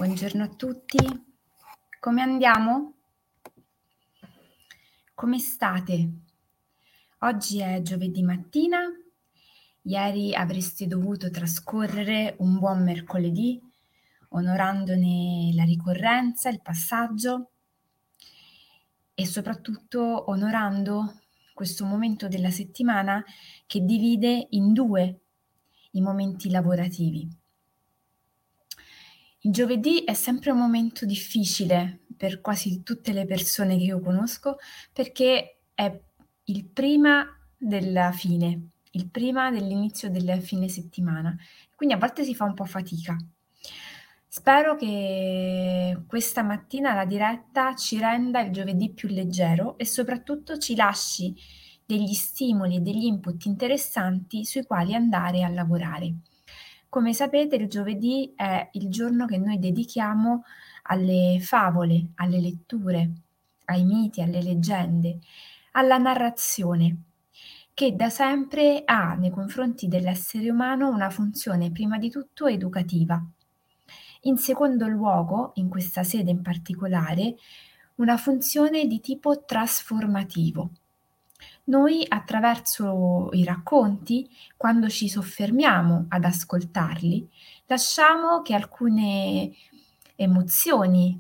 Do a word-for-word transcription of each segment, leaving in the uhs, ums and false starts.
Buongiorno a tutti, come andiamo? Come state? Oggi è giovedì mattina, ieri avreste dovuto trascorrere un buon mercoledì, onorandone la ricorrenza, il passaggio e soprattutto onorando questo momento della settimana che divide in due i momenti lavorativi. Il giovedì è sempre un momento difficile per quasi tutte le persone che io conosco, perché è il prima della fine, il prima dell'inizio del fine settimana, quindi a volte si fa un po' fatica. Spero che questa mattina la diretta ci renda il giovedì più leggero e soprattutto ci lasci degli stimoli e degli input interessanti sui quali andare a lavorare. Come sapete, il giovedì è il giorno che noi dedichiamo alle favole, alle letture, ai miti, alle leggende, alla narrazione, che da sempre ha nei confronti dell'essere umano una funzione prima di tutto educativa. In secondo luogo, in questa sede in particolare, una funzione di tipo trasformativo. Noi attraverso i racconti, quando ci soffermiamo ad ascoltarli, lasciamo che alcune emozioni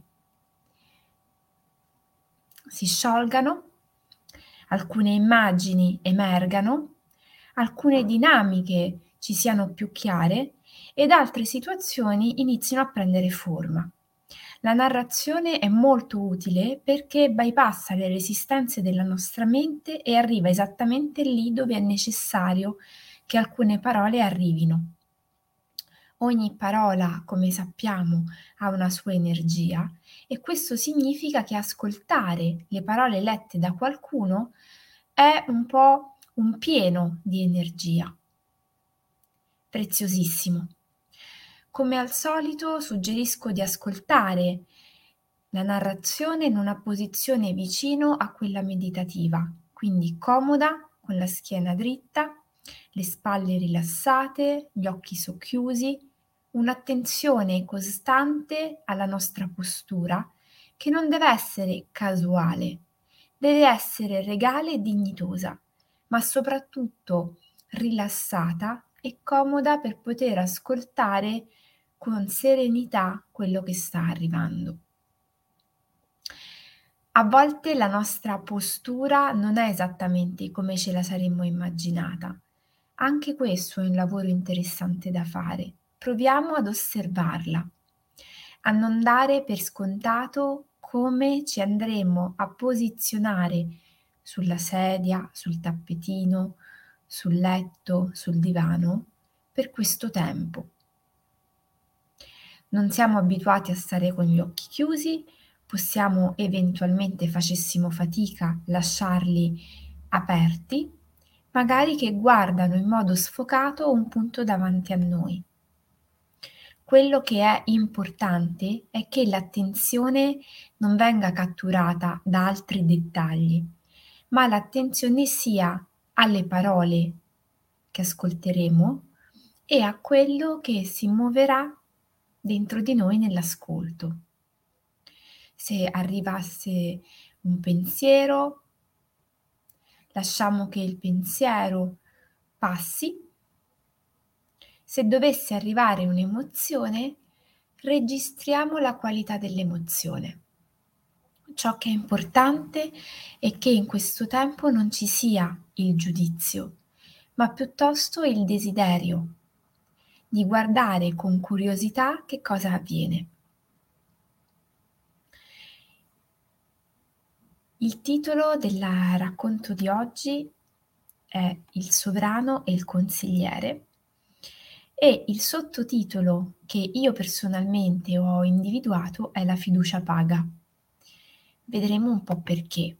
si sciolgano, alcune immagini emergano, alcune dinamiche ci siano più chiare ed altre situazioni iniziano a prendere forma. La narrazione è molto utile perché bypassa le resistenze della nostra mente e arriva esattamente lì dove è necessario che alcune parole arrivino. Ogni parola, come sappiamo, ha una sua energia e questo significa che ascoltare le parole lette da qualcuno è un po' un pieno di energia. Preziosissimo. Come al solito suggerisco di ascoltare la narrazione in una posizione vicino a quella meditativa, quindi comoda, con la schiena dritta, le spalle rilassate, gli occhi socchiusi, un'attenzione costante alla nostra postura che non deve essere casuale, deve essere regale e dignitosa, ma soprattutto rilassata e comoda per poter ascoltare con serenità quello che sta arrivando. A volte la nostra postura non è esattamente come ce la saremmo immaginata. Anche questo è un lavoro interessante da fare. Proviamo ad osservarla, a non dare per scontato come ci andremo a posizionare sulla sedia, sul tappetino, sul letto, sul divano per questo tempo. Non siamo abituati a stare con gli occhi chiusi, possiamo eventualmente, facessimo fatica, lasciarli aperti, magari che guardano in modo sfocato un punto davanti a noi. Quello che è importante è che l'attenzione non venga catturata da altri dettagli, ma l'attenzione sia alle parole che ascolteremo e a quello che si muoverà dentro di noi nell'ascolto. Se arrivasse un pensiero, lasciamo che il pensiero passi. Se dovesse arrivare un'emozione, registriamo la qualità dell'emozione. Ciò che è importante è che in questo tempo non ci sia il giudizio, ma piuttosto il desiderio di guardare con curiosità che cosa avviene. Il titolo del racconto di oggi è Il sovrano e il consigliere e il sottotitolo che io personalmente ho individuato è La fiducia paga. Vedremo un po' perché.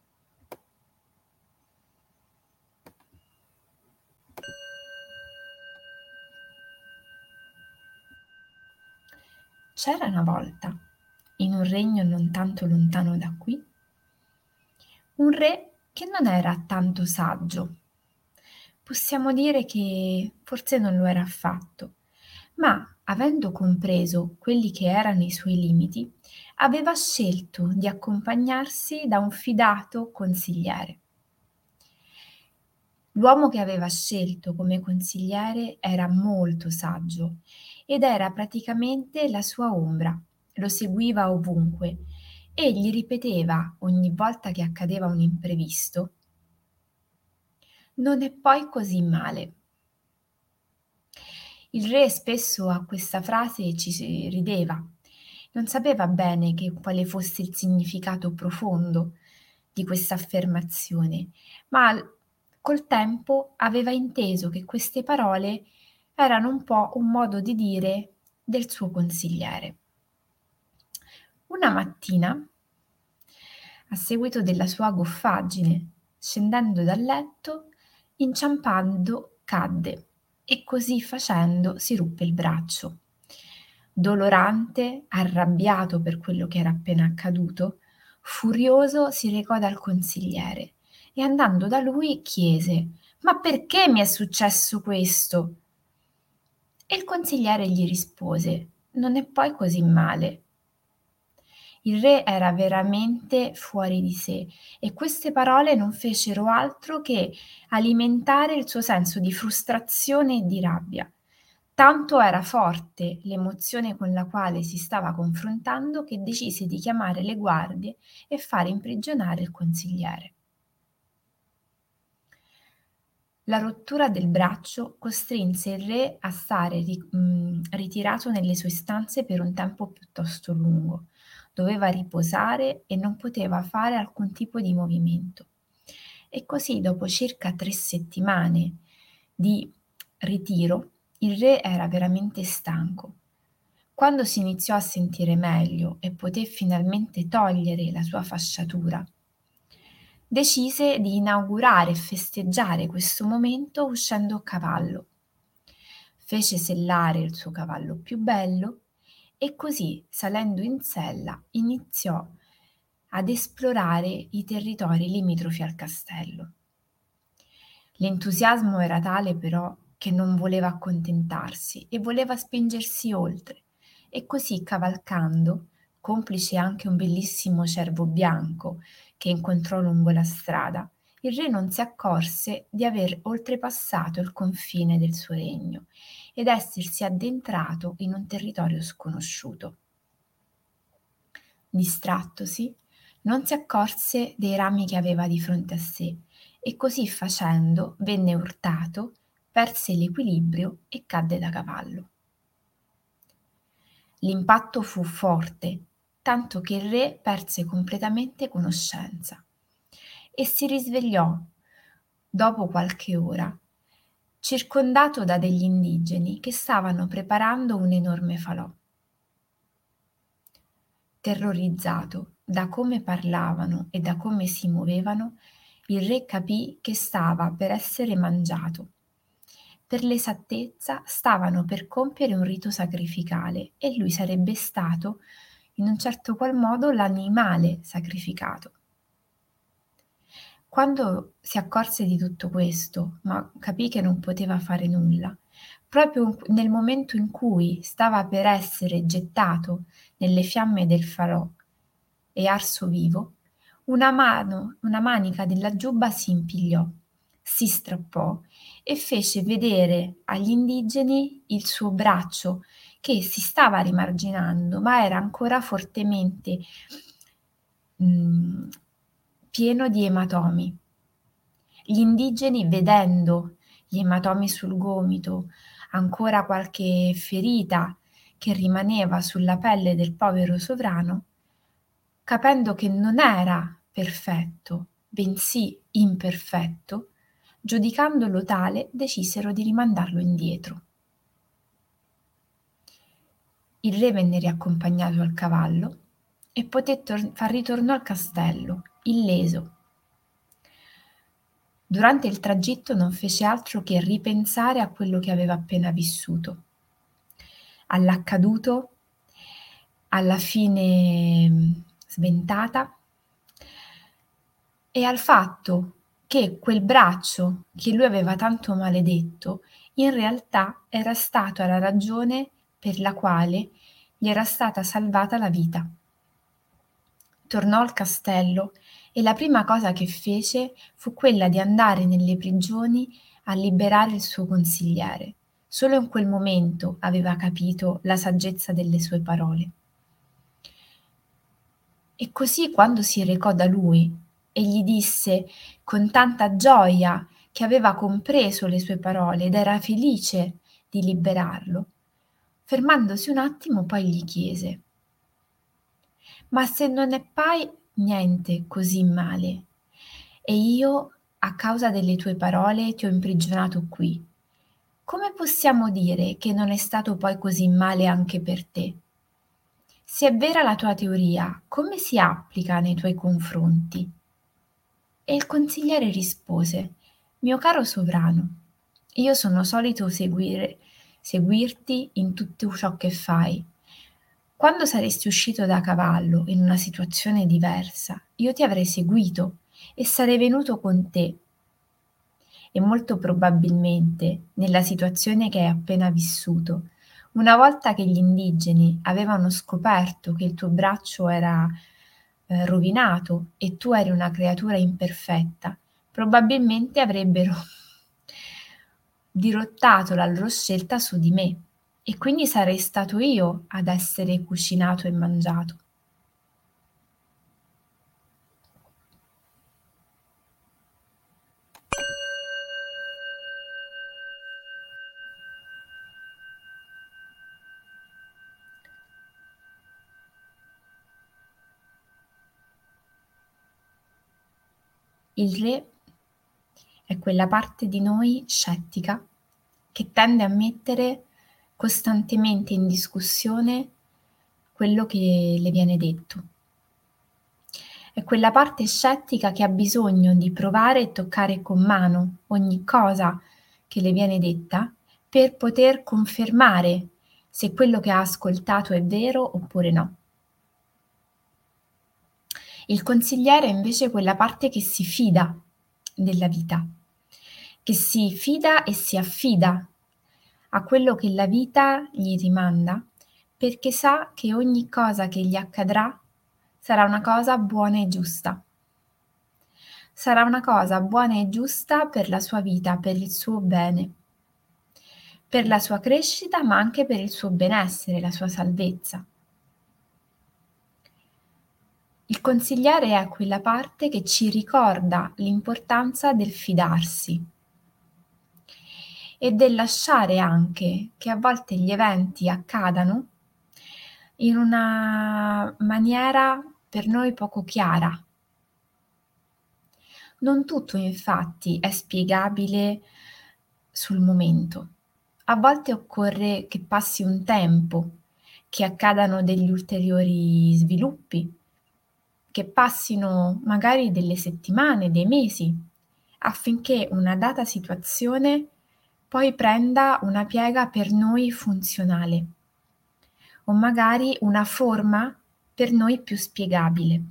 C'era una volta, in un regno non tanto lontano da qui, un re che non era tanto saggio. Possiamo dire che forse non lo era affatto, ma avendo compreso quelli che erano i suoi limiti, aveva scelto di accompagnarsi da un fidato consigliere. L'uomo che aveva scelto come consigliere era molto saggio ed era praticamente la sua ombra. Lo seguiva ovunque e gli ripeteva ogni volta che accadeva un imprevisto: "Non è poi così male". Il re spesso a questa frase ci si rideva. Non sapeva bene che quale fosse il significato profondo di questa affermazione, ma l- col tempo aveva inteso che queste parole erano un po' un modo di dire del suo consigliere. Una mattina, a seguito della sua goffaggine, scendendo dal letto, inciampando cadde e così facendo si ruppe il braccio. Dolorante, arrabbiato per quello che era appena accaduto, furioso si recò dal consigliere e andando da lui chiese: "Ma perché mi è successo questo?" E il consigliere gli rispose: "Non è poi così male". Il re era veramente fuori di sé e queste parole non fecero altro che alimentare il suo senso di frustrazione e di rabbia. Tanto era forte l'emozione con la quale si stava confrontando che decise di chiamare le guardie e fare imprigionare il consigliere. La rottura del braccio costrinse il re a stare ri- mh, ritirato nelle sue stanze per un tempo piuttosto lungo. Doveva riposare e non poteva fare alcun tipo di movimento. E così, dopo circa tre settimane di ritiro, il re era veramente stanco. Quando si iniziò a sentire meglio e poté finalmente togliere la sua fasciatura, decise di inaugurare e festeggiare questo momento uscendo a cavallo. Fece sellare il suo cavallo più bello e così, salendo in sella, iniziò ad esplorare i territori limitrofi al castello. L'entusiasmo era tale però che non voleva accontentarsi e voleva spingersi oltre, e così cavalcando, complice anche un bellissimo cervo bianco che incontrò lungo la strada, il re non si accorse di aver oltrepassato il confine del suo regno ed essersi addentrato in un territorio sconosciuto. Distrattosi, non si accorse dei rami che aveva di fronte a sé e così facendo venne urtato, perse l'equilibrio e cadde da cavallo. L'impatto fu forte, tanto che il re perse completamente conoscenza e si risvegliò dopo qualche ora, circondato da degli indigeni che stavano preparando un enorme falò. Terrorizzato da come parlavano e da come si muovevano, il re capì che stava per essere mangiato. Per l'esattezza stavano per compiere un rito sacrificale e lui sarebbe stato, in un certo qual modo, l'animale sacrificato. Quando si accorse di tutto questo, ma capì che non poteva fare nulla, proprio nel momento in cui stava per essere gettato nelle fiamme del falò e arso vivo, una mano, una manica della giubba si impigliò, si strappò e fece vedere agli indigeni il suo braccio che si stava rimarginando, ma era ancora fortemente mh, pieno di ematomi. Gli indigeni, vedendo gli ematomi sul gomito, ancora qualche ferita che rimaneva sulla pelle del povero sovrano, capendo che non era perfetto, bensì imperfetto, giudicandolo tale, decisero di rimandarlo indietro. Il re venne riaccompagnato al cavallo e poté tor- far ritorno al castello, illeso. Durante il tragitto non fece altro che ripensare a quello che aveva appena vissuto, all'accaduto, alla fine mh, sventata e al fatto che quel braccio che lui aveva tanto maledetto in realtà era stato la ragione per la quale gli era stata salvata la vita. Tornò al castello e la prima cosa che fece fu quella di andare nelle prigioni a liberare il suo consigliere. Solo in quel momento aveva capito la saggezza delle sue parole. E così quando si recò da lui e gli disse con tanta gioia che aveva compreso le sue parole ed era felice di liberarlo, fermandosi un attimo poi gli chiese: «Ma se non è poi niente così male, e io a causa delle tue parole ti ho imprigionato qui, come possiamo dire che non è stato poi così male anche per te? Se è vera la tua teoria, come si applica nei tuoi confronti?» E il consigliere rispose: «Mio caro sovrano, io sono solito seguire seguirti in tutto ciò che fai. Quando saresti uscito da cavallo in una situazione diversa, io ti avrei seguito e sarei venuto con te. E molto probabilmente, nella situazione che hai appena vissuto, una volta che gli indigeni avevano scoperto che il tuo braccio era eh, rovinato e tu eri una creatura imperfetta, probabilmente avrebbero dirottato la loro scelta su di me e quindi sarei stato io ad essere cucinato e mangiato. Il re è quella parte di noi scettica che tende a mettere costantemente in discussione quello che le viene detto. È quella parte scettica che ha bisogno di provare e toccare con mano ogni cosa che le viene detta per poter confermare se quello che ha ascoltato è vero oppure no. Il consigliere è invece quella parte che si fida della vita, che si fida e si affida a quello che la vita gli rimanda, perché sa che ogni cosa che gli accadrà sarà una cosa buona e giusta. Sarà una cosa buona e giusta per la sua vita, per il suo bene, per la sua crescita, ma anche per il suo benessere, la sua salvezza. Il consigliere è quella parte che ci ricorda l'importanza del fidarsi e del lasciare anche che a volte gli eventi accadano in una maniera per noi poco chiara. Non tutto infatti è spiegabile sul momento. A volte occorre che passi un tempo, che accadano degli ulteriori sviluppi, che passino magari delle settimane, dei mesi, affinché una data situazione poi prenda una piega per noi funzionale o magari una forma per noi più spiegabile.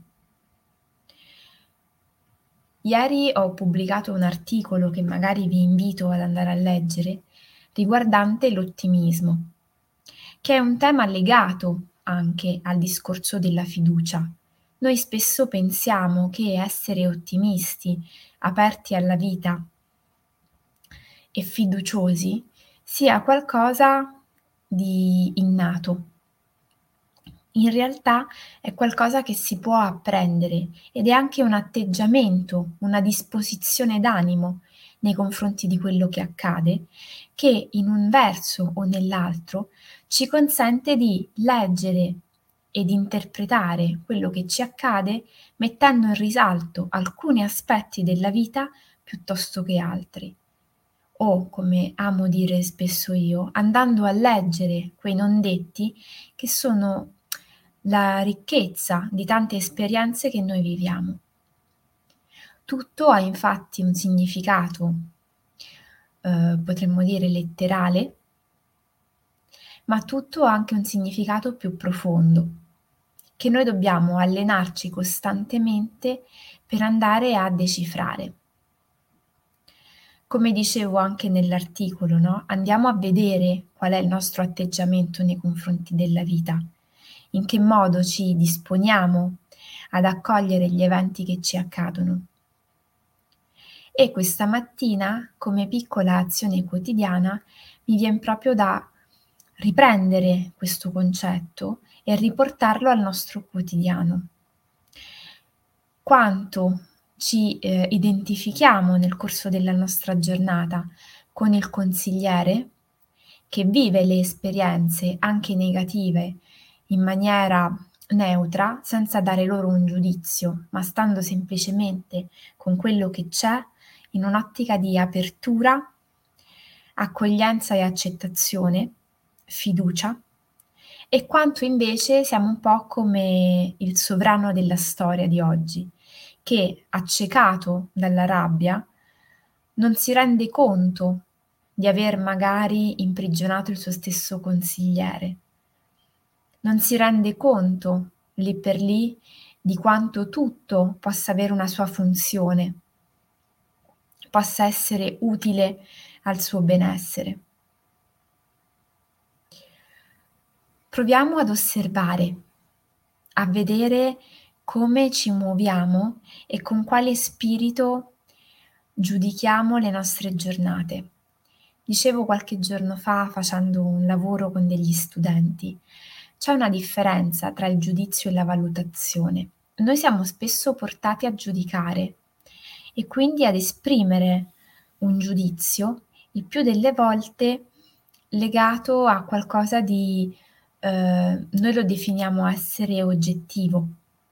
Ieri ho pubblicato un articolo che magari vi invito ad andare a leggere, riguardante l'ottimismo, che è un tema legato anche al discorso della fiducia. Noi spesso pensiamo che essere ottimisti, aperti alla vita e fiduciosi sia qualcosa di innato. In realtà è qualcosa che si può apprendere ed è anche un atteggiamento, una disposizione d'animo nei confronti di quello che accade, che in un verso o nell'altro ci consente di leggere ed interpretare quello che ci accade mettendo in risalto alcuni aspetti della vita piuttosto che altri. O, come amo dire spesso io, andando a leggere quei non detti che sono la ricchezza di tante esperienze che noi viviamo. Tutto ha infatti un significato, eh, potremmo dire letterale, ma tutto ha anche un significato più profondo, che noi dobbiamo allenarci costantemente per andare a decifrare. Come dicevo anche nell'articolo, no, andiamo a vedere qual è il nostro atteggiamento nei confronti della vita, in che modo ci disponiamo ad accogliere gli eventi che ci accadono. E questa mattina, come piccola azione quotidiana, mi vien proprio da riprendere questo concetto e riportarlo al nostro quotidiano. Quanto ci, ehm, identifichiamo nel corso della nostra giornata con il consigliere, che vive le esperienze, anche negative, in maniera neutra, senza dare loro un giudizio, ma stando semplicemente con quello che c'è, in un'ottica di apertura, accoglienza e accettazione, fiducia, e quanto invece siamo un po' come il sovrano della storia di oggi, che, accecato dalla rabbia, non si rende conto di aver magari imprigionato il suo stesso consigliere. Non si rende conto, lì per lì, di quanto tutto possa avere una sua funzione, possa essere utile al suo benessere. Proviamo ad osservare, a vedere come ci muoviamo e con quale spirito giudichiamo le nostre giornate. Dicevo qualche giorno fa, facendo un lavoro con degli studenti, c'è una differenza tra il giudizio e la valutazione. Noi siamo spesso portati a giudicare e quindi ad esprimere un giudizio, il più delle volte legato a qualcosa di, ehm, noi lo definiamo essere oggettivo.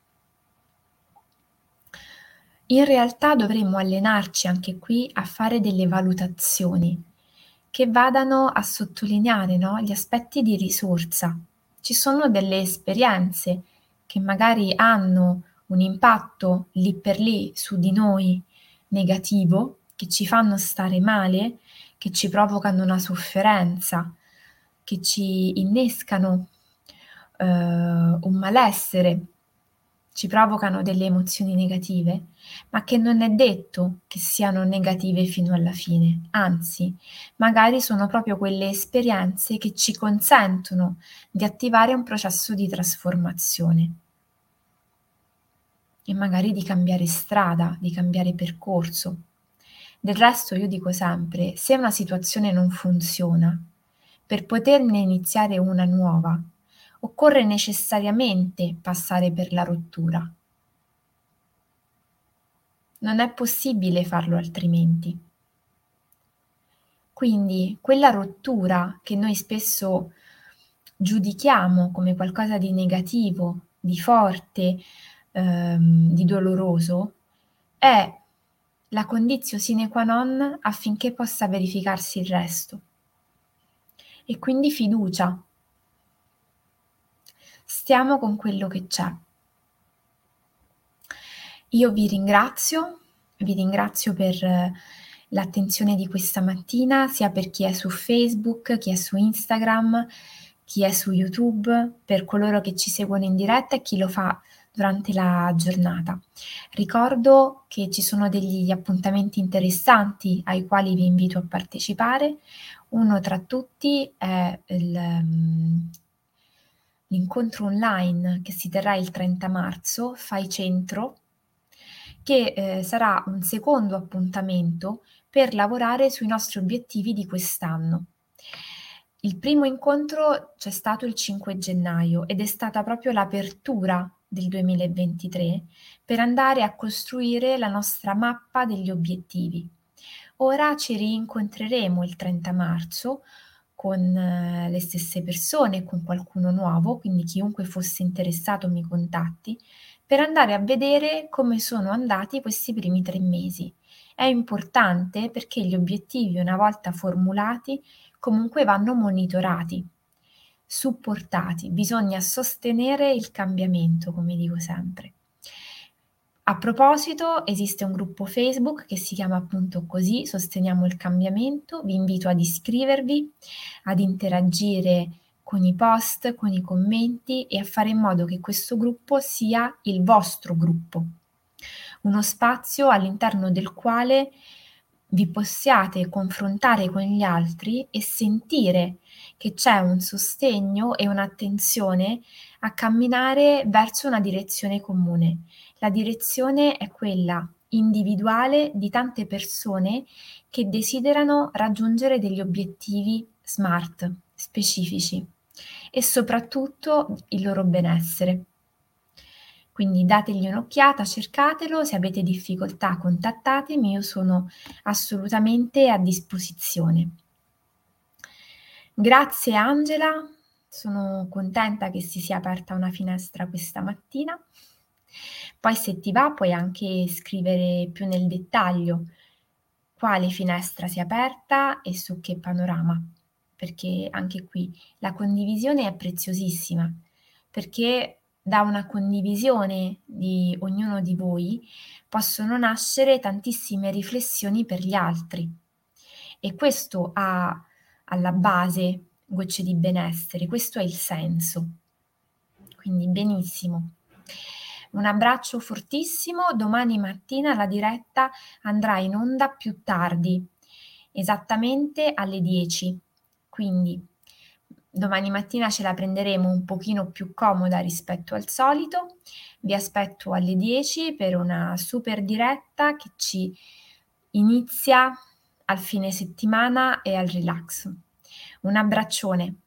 In realtà dovremmo allenarci anche qui a fare delle valutazioni che vadano a sottolineare, no, gli aspetti di risorsa. Ci sono delle esperienze che magari hanno un impatto lì per lì su di noi negativo, che ci fanno stare male, che ci provocano una sofferenza, che ci innescano, uhm, un malessere, ci provocano delle emozioni negative, ma che non è detto che siano negative fino alla fine. Anzi, magari sono proprio quelle esperienze che ci consentono di attivare un processo di trasformazione e magari di cambiare strada, di cambiare percorso. Del resto io dico sempre: se una situazione non funziona, per poterne iniziare una nuova, occorre necessariamente passare per la rottura. Non è possibile farlo altrimenti. Quindi quella rottura che noi spesso giudichiamo come qualcosa di negativo, di forte, ehm, di doloroso, è la conditio sine qua non affinché possa verificarsi il resto. E quindi fiducia. Stiamo con quello che c'è. Io vi ringrazio, vi ringrazio per l'attenzione di questa mattina, sia per chi è su Facebook, chi è su Instagram, chi è su YouTube, per coloro che ci seguono in diretta e chi lo fa durante la giornata. Ricordo che ci sono degli appuntamenti interessanti ai quali vi invito a partecipare. Uno tra tutti è il mhmm, l'incontro online che si terrà il trenta marzo, Fai Centro, che, ehm, sarà un secondo appuntamento per lavorare sui nostri obiettivi di quest'anno. Il primo incontro c'è stato il cinque gennaio ed è stata proprio l'apertura del duemilaventitré per andare a costruire la nostra mappa degli obiettivi. Ora ci rincontreremo il trenta marzo con le stesse persone e con qualcuno nuovo, quindi chiunque fosse interessato mi contatti, per andare a vedere come sono andati questi primi tre mesi. È importante perché gli obiettivi, una volta formulati, comunque vanno monitorati, supportati, bisogna sostenere il cambiamento, come dico sempre. A proposito, esiste un gruppo Facebook che si chiama appunto così, Sosteniamo il cambiamento. Vi invito ad iscrivervi, ad interagire con i post, con i commenti e a fare in modo che questo gruppo sia il vostro gruppo. Uno spazio all'interno del quale vi possiate confrontare con gli altri e sentire che c'è un sostegno e un'attenzione a camminare verso una direzione comune. La direzione è quella individuale di tante persone che desiderano raggiungere degli obiettivi SMART, specifici, e soprattutto il loro benessere. Quindi dategli un'occhiata, cercatelo, se avete difficoltà contattatemi, io sono assolutamente a disposizione. Grazie Angela, sono contenta che si sia aperta una finestra questa mattina. Poi se ti va puoi anche scrivere più nel dettaglio quale finestra si è aperta e su che panorama, perché anche qui la condivisione è preziosissima, perché da una condivisione di ognuno di voi possono nascere tantissime riflessioni per gli altri e questo ha alla base Gocce di benessere, questo è il senso. Quindi benissimo. Un abbraccio fortissimo, domani mattina la diretta andrà in onda più tardi, esattamente alle dieci, quindi domani mattina ce la prenderemo un pochino più comoda rispetto al solito. Vi aspetto alle dieci per una super diretta che ci inizia al fine settimana e al relax. Un abbraccione.